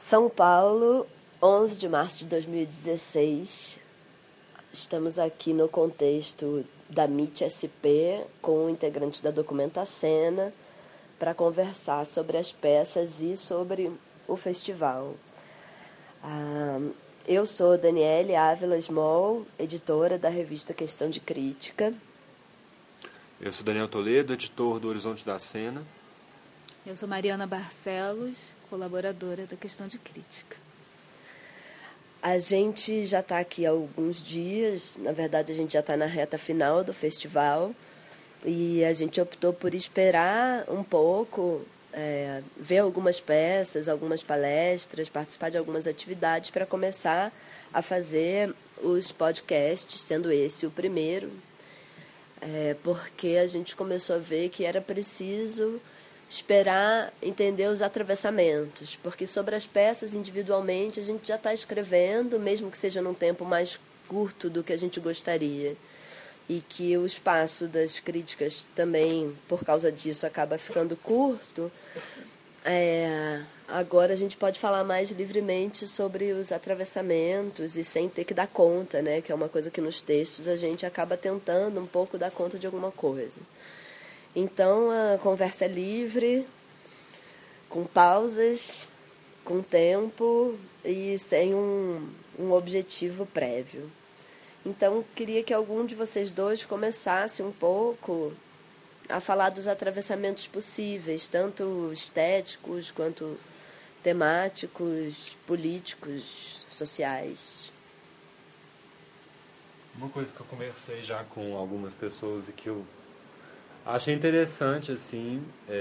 São Paulo, 11 de março de 2016. Estamos aqui no contexto da MIT-SP com integrantes da Documenta-Cena para conversar sobre as peças e sobre o festival. Eu sou Daniele Ávila Small, editora da revista Questão de Crítica. Eu sou Daniel Toledo, editor do Horizonte da Cena. Eu sou Mariana Barcelos, colaboradora da Questão de Crítica. A gente já está aqui há alguns dias, na verdade a gente já está na reta final do festival e a gente optou por esperar um pouco, ver algumas peças, algumas palestras, participar de algumas atividades para começar a fazer os podcasts, sendo esse o primeiro, porque a gente começou a ver que era preciso esperar entender os atravessamentos, porque sobre as peças individualmente a gente já está escrevendo, mesmo que seja num tempo mais curto do que a gente gostaria, e que o espaço das críticas também, por causa disso, acaba ficando curto. Agora a gente pode falar mais livremente sobre os atravessamentos e sem ter que dar conta, né? Que é uma coisa que nos textos a gente acaba tentando um pouco dar conta de alguma coisa. Então, a conversa é livre, com pausas, com tempo e sem um objetivo prévio. Então, queria que algum de vocês dois começasse um pouco a falar dos atravessamentos possíveis, tanto estéticos quanto temáticos, políticos, sociais. Uma coisa que eu conversei já com algumas pessoas e que eu achei interessante, assim,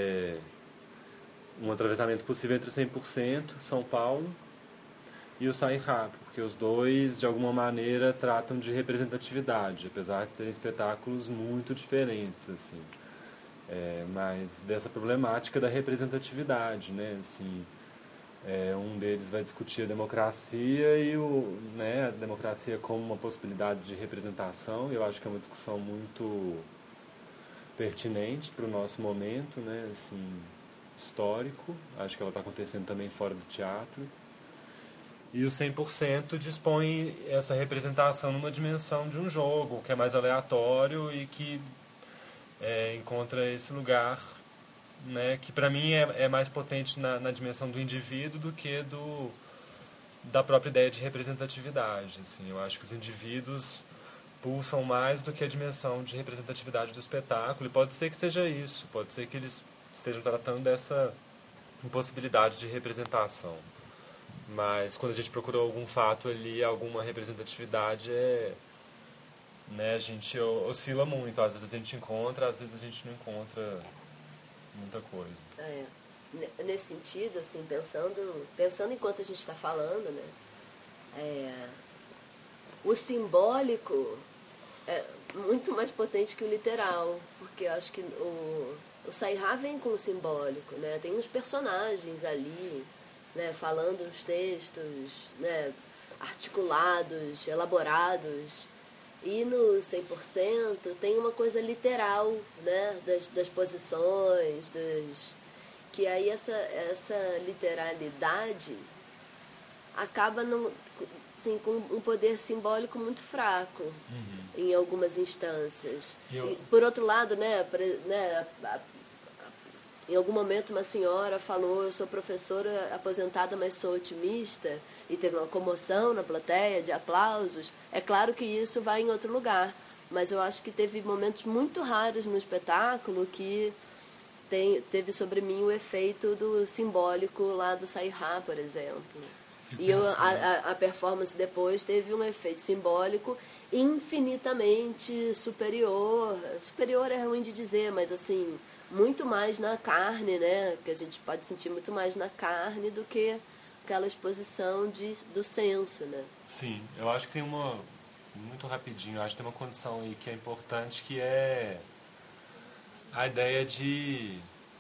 um atravessamento possível entre o 100%, São Paulo, e o Sairá, porque os dois, de alguma maneira, tratam de representatividade, apesar de serem espetáculos muito diferentes, assim. Mas dessa problemática da representatividade, né, assim, um deles vai discutir a democracia e a democracia como uma possibilidade de representação. Eu acho que é uma discussão muito pertinente para o nosso momento, né, assim, histórico. Acho que ela está acontecendo também fora do teatro. E o 100% dispõe essa representação numa dimensão de um jogo, que é mais aleatório e que encontra esse lugar, né, que para mim é mais potente na dimensão do indivíduo do que da própria ideia de representatividade. Assim. Eu acho que os indivíduos pulsam mais do que a dimensão de representatividade do espetáculo, e pode ser que seja isso, pode ser que eles estejam tratando dessa impossibilidade de representação. Mas quando a gente procura algum fato ali, alguma representatividade, né, a gente oscila muito, às vezes a gente encontra, às vezes a gente não encontra muita coisa. Nesse sentido, assim, pensando enquanto a gente está falando, né, o simbólico é muito mais potente que o literal, porque eu acho que o Sairá vem com o simbólico, né? Tem uns personagens ali, né, falando os textos, né, articulados, elaborados, e no 100% tem uma coisa literal, né, das posições, que aí essa literalidade acaba assim, com um poder simbólico muito fraco em algumas instâncias. E, por outro lado, né, em algum momento uma senhora falou: eu sou professora aposentada, mas sou otimista, e teve uma comoção na plateia de aplausos. É claro que isso vai em outro lugar, mas eu acho que teve momentos muito raros no espetáculo que teve sobre mim o efeito do simbólico lá do Sairá, por exemplo. E a performance depois teve um efeito simbólico infinitamente superior. Superior é ruim de dizer, mas assim, muito mais na carne, né? Que a gente pode sentir muito mais na carne do que aquela exposição do senso, né? Sim, eu acho que tem muito rapidinho, eu acho que tem uma condição aí que é importante, que é a ideia de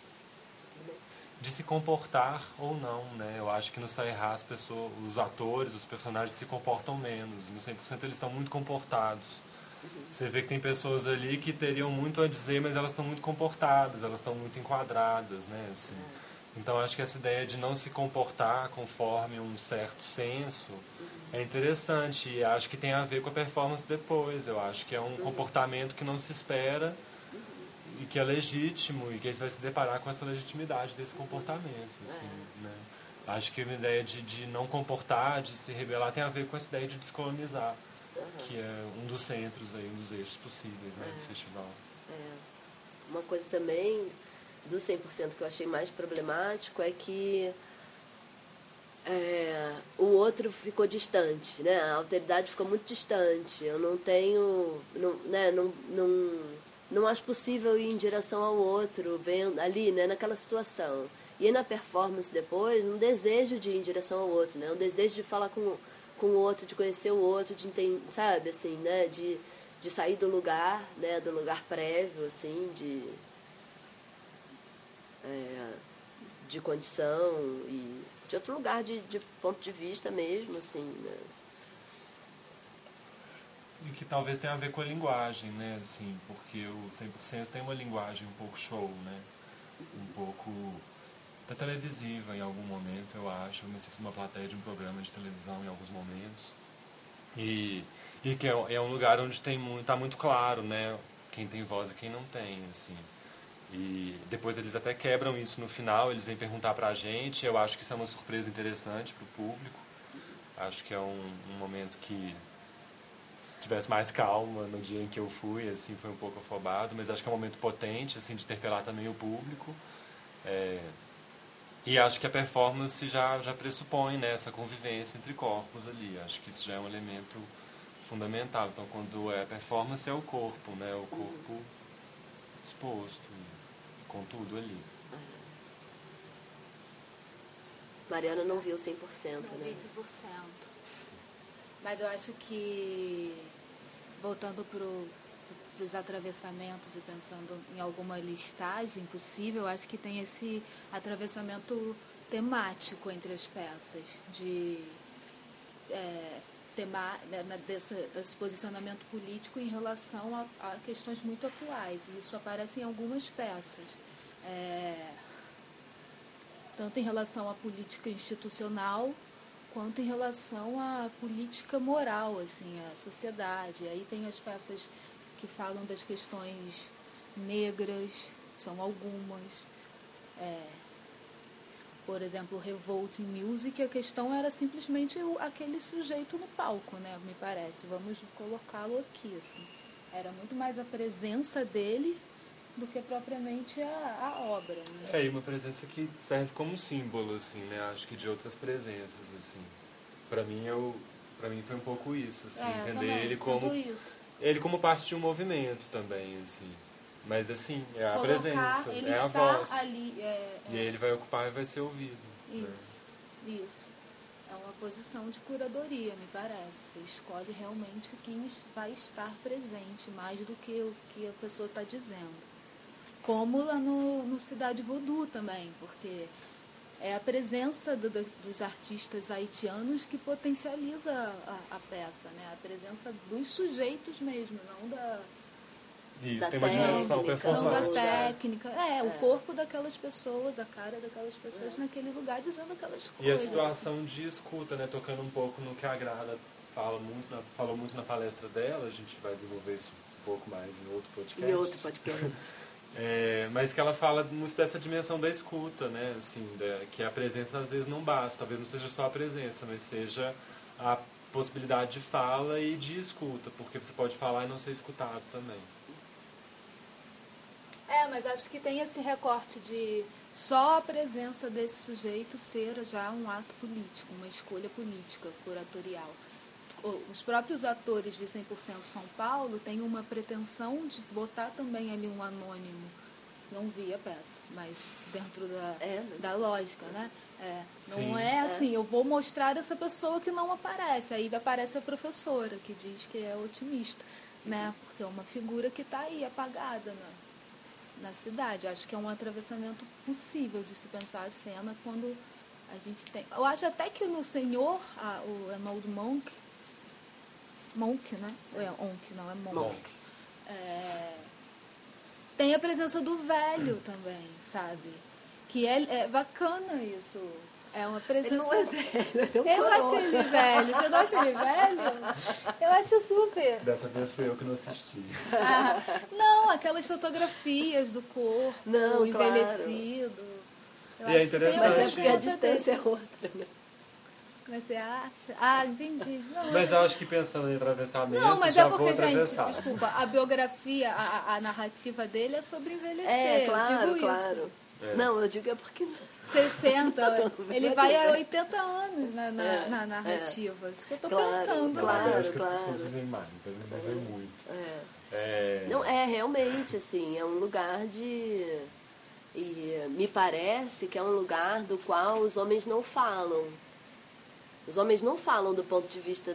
se comportar ou não, né? Eu acho que no Sairá os atores, os personagens se comportam menos. No 100% eles estão muito comportados. Você vê que tem pessoas ali que teriam muito a dizer, mas elas estão muito comportadas, elas estão muito enquadradas, né? Assim, Então, acho que essa ideia de não se comportar conforme um certo senso é interessante e acho que tem a ver com a performance depois. Eu acho que é um comportamento que não se espera e que é legítimo e que aí você vai se deparar com essa legitimidade desse comportamento, assim, né? Acho que a ideia de não comportar, de se rebelar, tem a ver com essa ideia de descolonizar, que é um dos centros, aí, um dos eixos possíveis, né, do festival. Uma coisa também do 100% que eu achei mais problemático é que o outro ficou distante, né? A alteridade ficou muito distante. Eu não tenho, não acho possível ir em direção ao outro, vendo ali, né, naquela situação. E aí, na performance depois, um desejo de ir em direção ao outro, né? Um desejo de falar com o outro, de conhecer o outro, de entender, sabe, assim, né? De sair do lugar, né? Do lugar prévio, assim, de condição e de outro lugar de ponto de vista mesmo, assim, né? E que talvez tenha a ver com a linguagem, né, assim, porque o 100% tem uma linguagem um pouco show, né? Um pouco até televisiva em algum momento, eu acho. Eu me sinto numa plateia de um programa de televisão em alguns momentos. E que é um lugar onde tá muito claro, né? Quem tem voz e quem não tem, assim. E depois eles até quebram isso no final, eles vêm perguntar pra gente. Eu acho que isso é uma surpresa interessante pro público. Acho que é um momento que, se tivesse mais calma no dia em que eu fui, assim, foi um pouco afobado, mas acho que é um momento potente, assim, de interpelar também o público. E acho que a performance já pressupõe, né, essa convivência entre corpos ali. Acho que isso já é um elemento fundamental. Então, quando é performance, é o corpo, né, o corpo exposto, com tudo ali. Mariana não viu 100%, Não né? vi 100%. Mas eu acho que, voltando para os atravessamentos e pensando em alguma listagem possível, eu acho que tem esse atravessamento temático entre as peças, desse posicionamento político em relação a questões muito atuais. E isso aparece em algumas peças. Tanto em relação à política institucional, quanto em relação à política moral, assim, à sociedade. Aí tem as peças que falam das questões negras, são algumas. Por exemplo, Revolt Music, a questão era simplesmente aquele sujeito no palco, né, me parece. Vamos colocá-lo aqui, assim. Era muito mais a presença dele do que propriamente a obra, né? E uma presença que serve como símbolo, assim, né? Acho que de outras presenças, assim. Para mim foi um pouco isso, assim, entender ele como parte de um movimento também, assim. Mas assim, é a presença, é a voz. Ali, e ele vai ocupar e vai ser ouvido. Isso. É uma posição de curadoria, me parece. Você escolhe realmente quem vai estar presente, mais do que o que a pessoa está dizendo. Como lá no Cidade Voodoo também, porque é a presença dos artistas haitianos que potencializa a peça, né? A presença dos sujeitos mesmo, não Isso, tem uma dimensão performática. Não da técnica. O corpo daquelas pessoas, a cara daquelas pessoas naquele lugar dizendo aquelas coisas. E a situação de escuta, né? Tocando um pouco no que a Grada falou muito na palestra dela, a gente vai desenvolver isso um pouco mais em outro podcast. Mas que ela fala muito dessa dimensão da escuta, né? Assim, que a presença às vezes não basta, talvez não seja só a presença, mas seja a possibilidade de fala e de escuta, porque você pode falar e não ser escutado também. Mas acho que tem esse recorte de só a presença desse sujeito ser já um ato político, uma escolha política, curatorial. Os próprios atores de 100% São Paulo têm uma pretensão de botar também ali um anônimo. Não vi a peça, mas dentro da lógica, né? Não é assim, eu vou mostrar essa pessoa que não aparece. Aí aparece a professora, que diz que é otimista, né? Porque é uma figura que está aí, apagada na cidade. Acho que é um atravessamento possível de se pensar a cena quando a gente tem... Eu acho até que no Senhor, o Arnold Monk, né? É Onk, não é Monk. Tem a presença do velho também, sabe? Que é bacana isso. É uma presença... Ele não é velho, é um Eu coroa. acho ele velho. Você não acha ele velho? Eu acho super. Dessa vez fui eu que não assisti. Não, aquelas fotografias do corpo Não, envelhecido. Eu E é acho que tem uma interessante. Mas é porque a presença distância é desse. outra, né? Mas você acha? Entendi. Não, Mas eu acho que pensando em atravessamento, não, mas já é vou porque, gente, atravessar. desculpa, a biografia, a narrativa dele é sobre envelhecer. É, eu claro, digo claro. isso. É. Não, eu digo é porque... 60, tão ele velho, vai né? a 80 anos na narrativa. Isso que eu tô Claro, pensando. claro. Eu acho que as claro. pessoas vivem mais, devem viver muito. Não, realmente, assim, é um lugar de... E me parece que é um lugar do qual os homens não falam. Os homens não falam do ponto de vista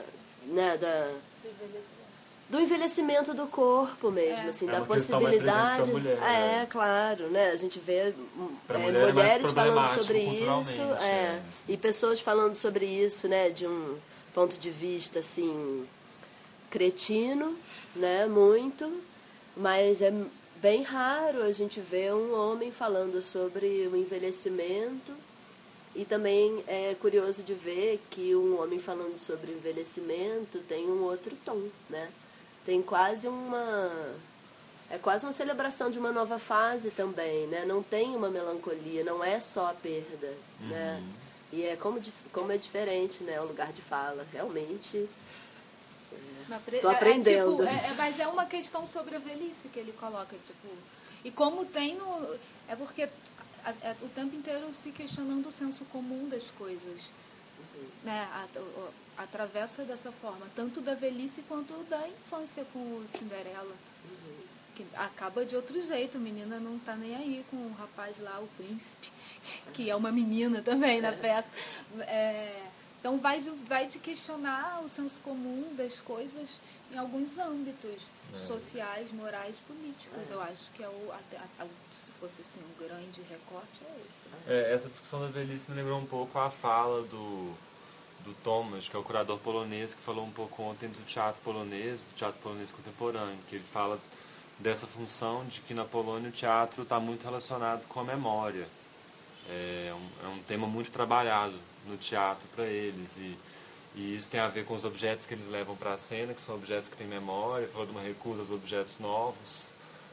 do envelhecimento do corpo mesmo, assim, É da uma questão mais presente possibilidade. pra mulher, claro, né? A gente vê Pra mulher é mais mulheres falando problemático sobre culturalmente, isso, assim. e pessoas falando sobre isso, né, de um ponto de vista assim cretino, né, muito, mas é bem raro a gente ver um homem falando sobre o envelhecimento. E também é curioso de ver que um homem falando sobre envelhecimento tem um outro tom, né? Tem quase é quase uma celebração de uma nova fase também, né? Não tem uma melancolia, não é só a perda, né? E é como é diferente, né? O lugar de fala, realmente. Tô aprendendo. Mas é uma questão sobre a velhice que ele coloca, tipo... E como tem no... É porque o tempo inteiro se questionando o senso comum das coisas. Né? Atravessa dessa forma, tanto da velhice quanto da infância com o Cinderela. Que acaba de outro jeito, a menina não tá nem aí com o rapaz lá, o príncipe, que é uma menina também na peça. Então vai de questionar o senso comum das coisas em alguns âmbitos sociais, morais, políticos. Eu acho que se fosse assim um grande recorte, é esse. Essa discussão da velhice me lembrou um pouco a fala do Thomas, que é o curador polonês, que falou um pouco ontem do teatro polonês contemporâneo, que ele fala dessa função de que na Polônia o teatro está muito relacionado com a memória. É um tema muito trabalhado no teatro para eles, e isso tem a ver com os objetos que eles levam para a cena, que são objetos que têm memória. Falou de uma recusa aos objetos novos,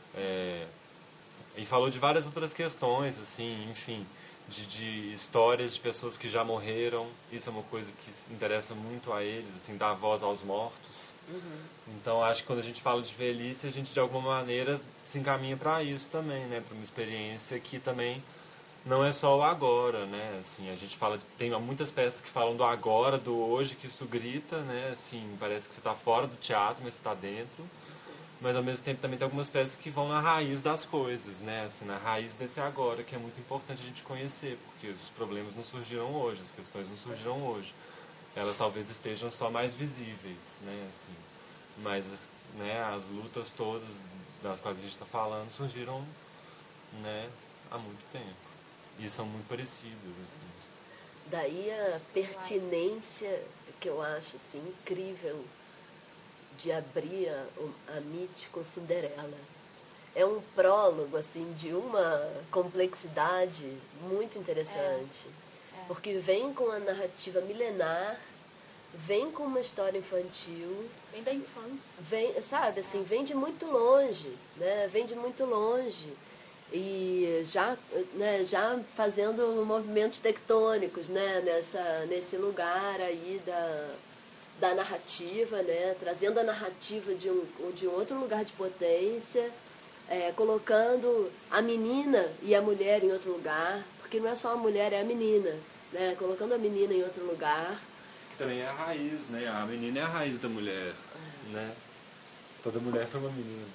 e falou de várias outras questões, assim, enfim, de histórias de pessoas que já morreram. Isso é uma coisa que interessa muito a eles, assim, dar voz aos mortos. Então acho que quando a gente fala de velhice, a gente de alguma maneira se encaminha para isso também, né, para uma experiência que também não é só o agora, né? Assim, a gente tem muitas peças que falam do agora, do hoje, que isso grita, né? Assim, parece que você está fora do teatro, mas você está dentro. Mas ao mesmo tempo também tem algumas peças que vão na raiz das coisas, né? Assim, na raiz desse agora, que é muito importante a gente conhecer, porque os problemas não surgiram hoje, as questões não surgiram hoje. Elas talvez estejam só mais visíveis, né? Assim, mas as lutas todas das quais a gente está falando surgiram, né, há muito tempo. E são muito parecidas, assim. Daí a pertinência que eu acho assim, incrível de abrir a MIT com Cinderela. É um prólogo assim, de uma complexidade muito interessante. Porque vem com a narrativa milenar, vem com uma história infantil. Vem da infância. Vem, sabe, assim, vem de muito longe, né? Vem de muito longe. E já fazendo movimentos tectônicos, né? Nesse lugar aí da narrativa, né? Trazendo a narrativa de um outro lugar de potência, colocando a menina e a mulher em outro lugar, porque não é só a mulher, é a menina, né? Colocando a menina em outro lugar. Que também é a raiz, né? A menina é a raiz da mulher, né? Toda mulher foi uma menina.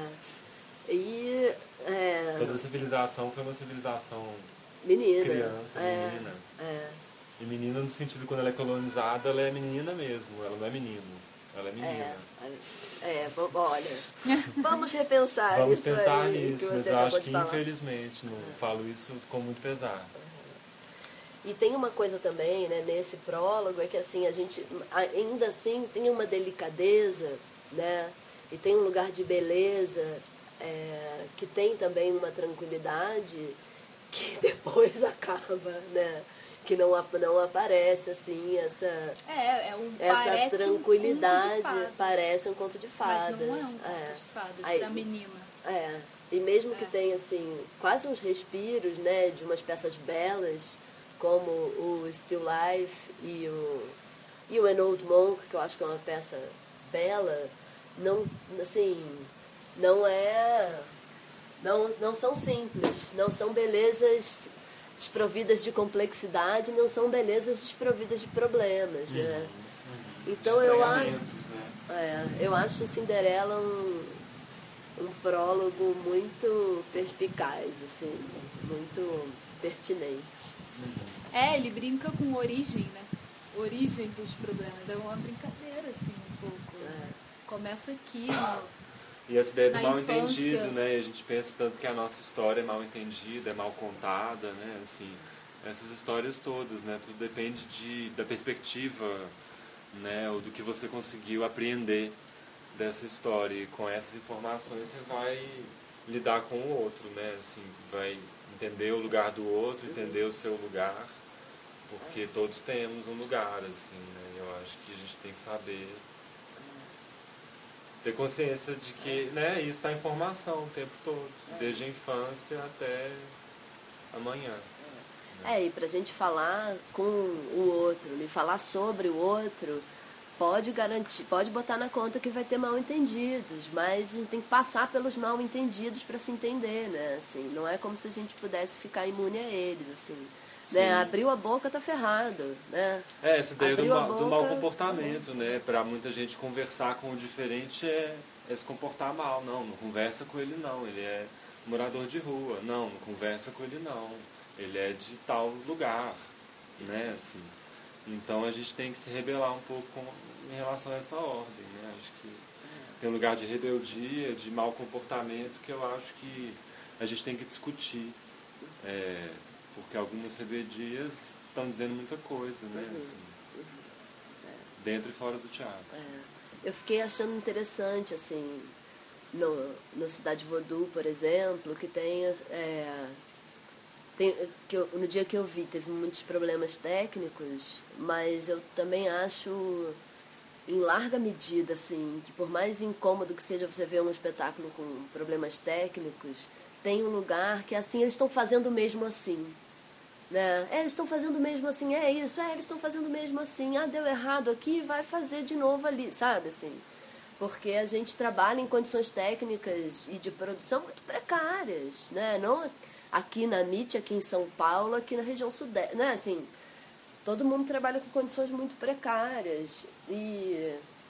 Toda civilização foi uma civilização menina, criança, menina. E menina no sentido, quando ela é colonizada, ela é menina mesmo, ela não é menino, ela é menina. Olha, vamos repensar vamos isso. Vamos pensar aí, nisso, mas eu acho que infelizmente não falo isso com muito pesar. E tem uma coisa também, né, nesse prólogo, é que assim, a gente ainda assim tem uma delicadeza, né, e tem um lugar de beleza, que tem também uma tranquilidade que depois acaba, né? Que não aparece assim essa tranquilidade, parece um conto de fadas. Mas não é um conto de fadas da menina. E mesmo que tenha assim quase uns respiros, né, de umas peças belas como o Still Life e o An Old Monk, que eu acho que é uma peça bela, não são simples, não são belezas desprovidas de complexidade, não são belezas desprovidas de problemas, né? Então eu acho Cinderela um prólogo muito perspicaz, assim, muito pertinente. Ele brinca com origem, né? Origem dos problemas. É uma brincadeira, assim, um pouco. Começa aqui, e essa ideia do mal infância. entendido, né? E a gente pensa tanto que a nossa história é mal entendida, é mal contada, né? Assim, essas histórias todas, né? Tudo depende da perspectiva, né? Ou do que você conseguiu apreender dessa história. E com essas informações você vai lidar com o outro, né? Assim, vai entender o lugar do outro, entender o seu lugar, porque todos temos um lugar, assim, né? Eu acho que a gente tem que saber ter consciência de que, né, isso está em formação o tempo todo, desde a infância até amanhã. E pra gente falar com o outro e falar sobre o outro, pode botar na conta que vai ter mal entendidos, mas a gente tem que passar pelos mal entendidos para se entender, né? Assim, não é como se a gente pudesse ficar imune a eles, assim. Né? Abriu a boca, tá ferrado, né? Essa ideia do mau comportamento, né? Para muita gente conversar com o diferente é se comportar mal. Não conversa com ele não, ele é morador de rua. Não conversa com ele não, ele é de tal lugar, né? Assim, então a gente tem que se rebelar um pouco em relação a essa ordem, né? Acho que tem um lugar de rebeldia, de mau comportamento que eu acho que a gente tem que discutir. Porque algumas rebeldias estão dizendo muita coisa, né? Assim, dentro e fora do teatro. Eu fiquei achando interessante, assim, no Cidade Vodou, por exemplo, que no dia que eu vi teve muitos problemas técnicos, mas eu também acho, em larga medida, assim, que por mais incômodo que seja você ver um espetáculo com problemas técnicos, tem um lugar que, assim, eles estão fazendo mesmo assim. Né? Eles estão fazendo mesmo assim, eles estão fazendo mesmo assim, deu errado aqui, vai fazer de novo ali, sabe, assim, porque a gente trabalha em condições técnicas e de produção muito precárias, né, não aqui na MIT, aqui em São Paulo, aqui na região sudeste, né, assim, todo mundo trabalha com condições muito precárias e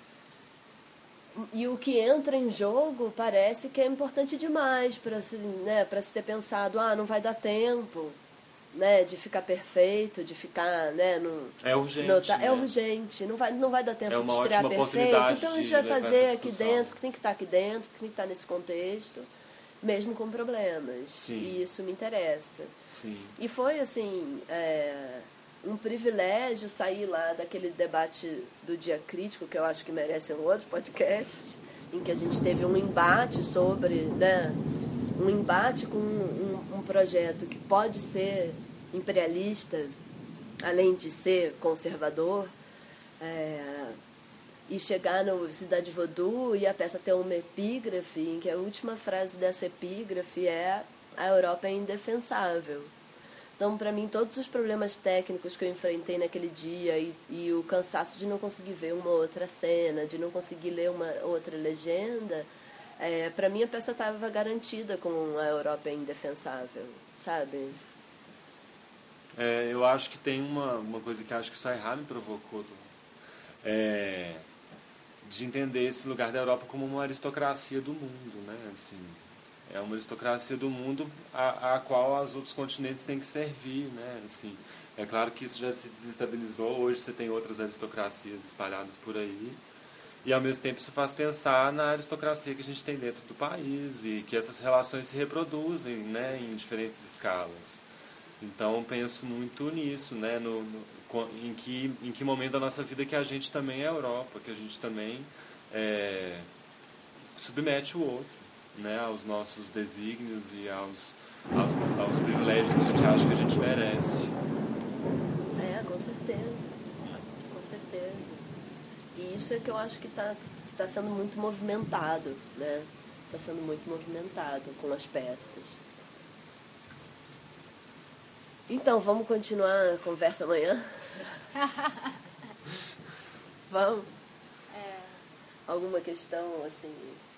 o que entra em jogo parece que é importante demais para se ter pensado, não vai dar tempo, né, de ficar perfeito, de ficar, né, é urgente, é urgente, não vai dar tempo de estrear perfeito, então a gente vai fazer aqui dentro, que tem que estar aqui dentro, que tem que estar nesse contexto, mesmo com problemas. Sim. E isso me interessa. Sim. E foi assim, um privilégio sair lá daquele debate do Dia Crítico, que eu acho que merece um outro podcast, em que a gente teve um embate sobre, né, um embate com um projeto que pode ser imperialista, além de ser conservador, e chegar no Cidade Vodou e a peça ter uma epígrafe, em que a última frase dessa epígrafe é: a Europa é indefensável. Então, para mim, todos os problemas técnicos que eu enfrentei naquele dia e o cansaço de não conseguir ver uma outra cena, de não conseguir ler uma outra legenda, para mim a peça estava garantida com a Europa é indefensável, sabe? Eu acho que tem uma coisa que acho que o Saihá me provocou, de entender esse lugar da Europa como uma aristocracia do mundo, né? Assim, é uma aristocracia do mundo a qual os outros continentes têm que servir, né? Assim, é claro que isso já se desestabilizou, hoje você tem outras aristocracias espalhadas por aí, e ao mesmo tempo isso faz pensar na aristocracia que a gente tem dentro do país e que essas relações se reproduzem, né, em diferentes escalas. Então penso muito nisso, né, em que momento da nossa vida que a gente também é Europa, que a gente também submete o outro, né, aos nossos desígnios e aos privilégios que a gente acha que a gente merece. Com certeza. Com certeza. E isso é que eu acho que está sendo muito movimentado, né? Está sendo muito movimentado com as peças. Então, vamos continuar a conversa amanhã? Vamos? Alguma questão, assim...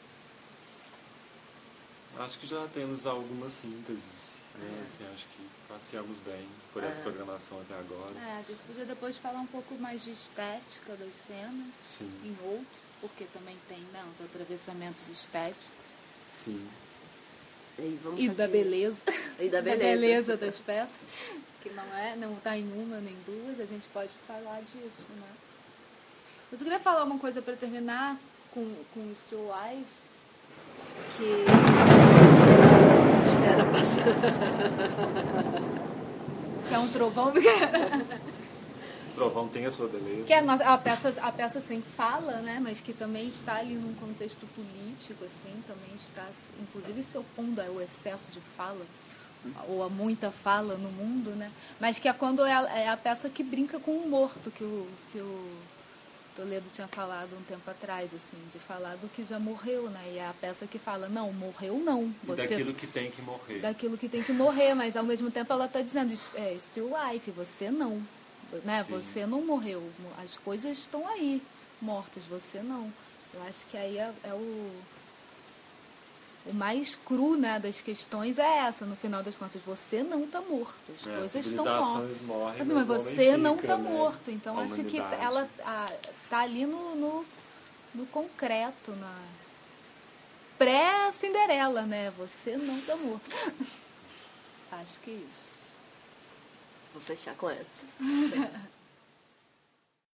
Acho que já temos algumas sínteses, né? Assim, acho que passeamos bem por essa programação até agora. A gente podia depois falar um pouco mais de estética das cenas. Sim. Em outro, porque também tem, né, os atravessamentos estéticos. Sim. E da beleza. E da beleza. Da beleza das peças, que não está em uma nem duas, a gente pode falar disso, né? Mas eu queria falar uma coisa para terminar com o Still Life, que... Espera passar. Que é um trovão. Trovão tem a sua beleza. Que a peça sem fala, né? Mas que também está ali num contexto político, assim, também está, inclusive, se opondo ao excesso de fala, ou a muita fala no mundo, né? Mas que é quando é a peça que brinca com o morto, que o Toledo tinha falado um tempo atrás, assim, de falar do que já morreu, né? E é a peça que fala, não, morreu não. Você... daquilo que tem que morrer. Daquilo que tem que morrer, mas ao mesmo tempo ela está dizendo, still life, você não. Né? Você não morreu. As coisas estão aí, mortas, você não. Eu acho que aí é o mais cru, né, das questões é essa, no final das contas, você não está morto, as coisas estão mortas. Morrem, mas você não está né? morto, então acho que ela está ali no concreto, na pré-Cinderela, né? Você não está morto. Acho que é isso. Vou fechar com essa.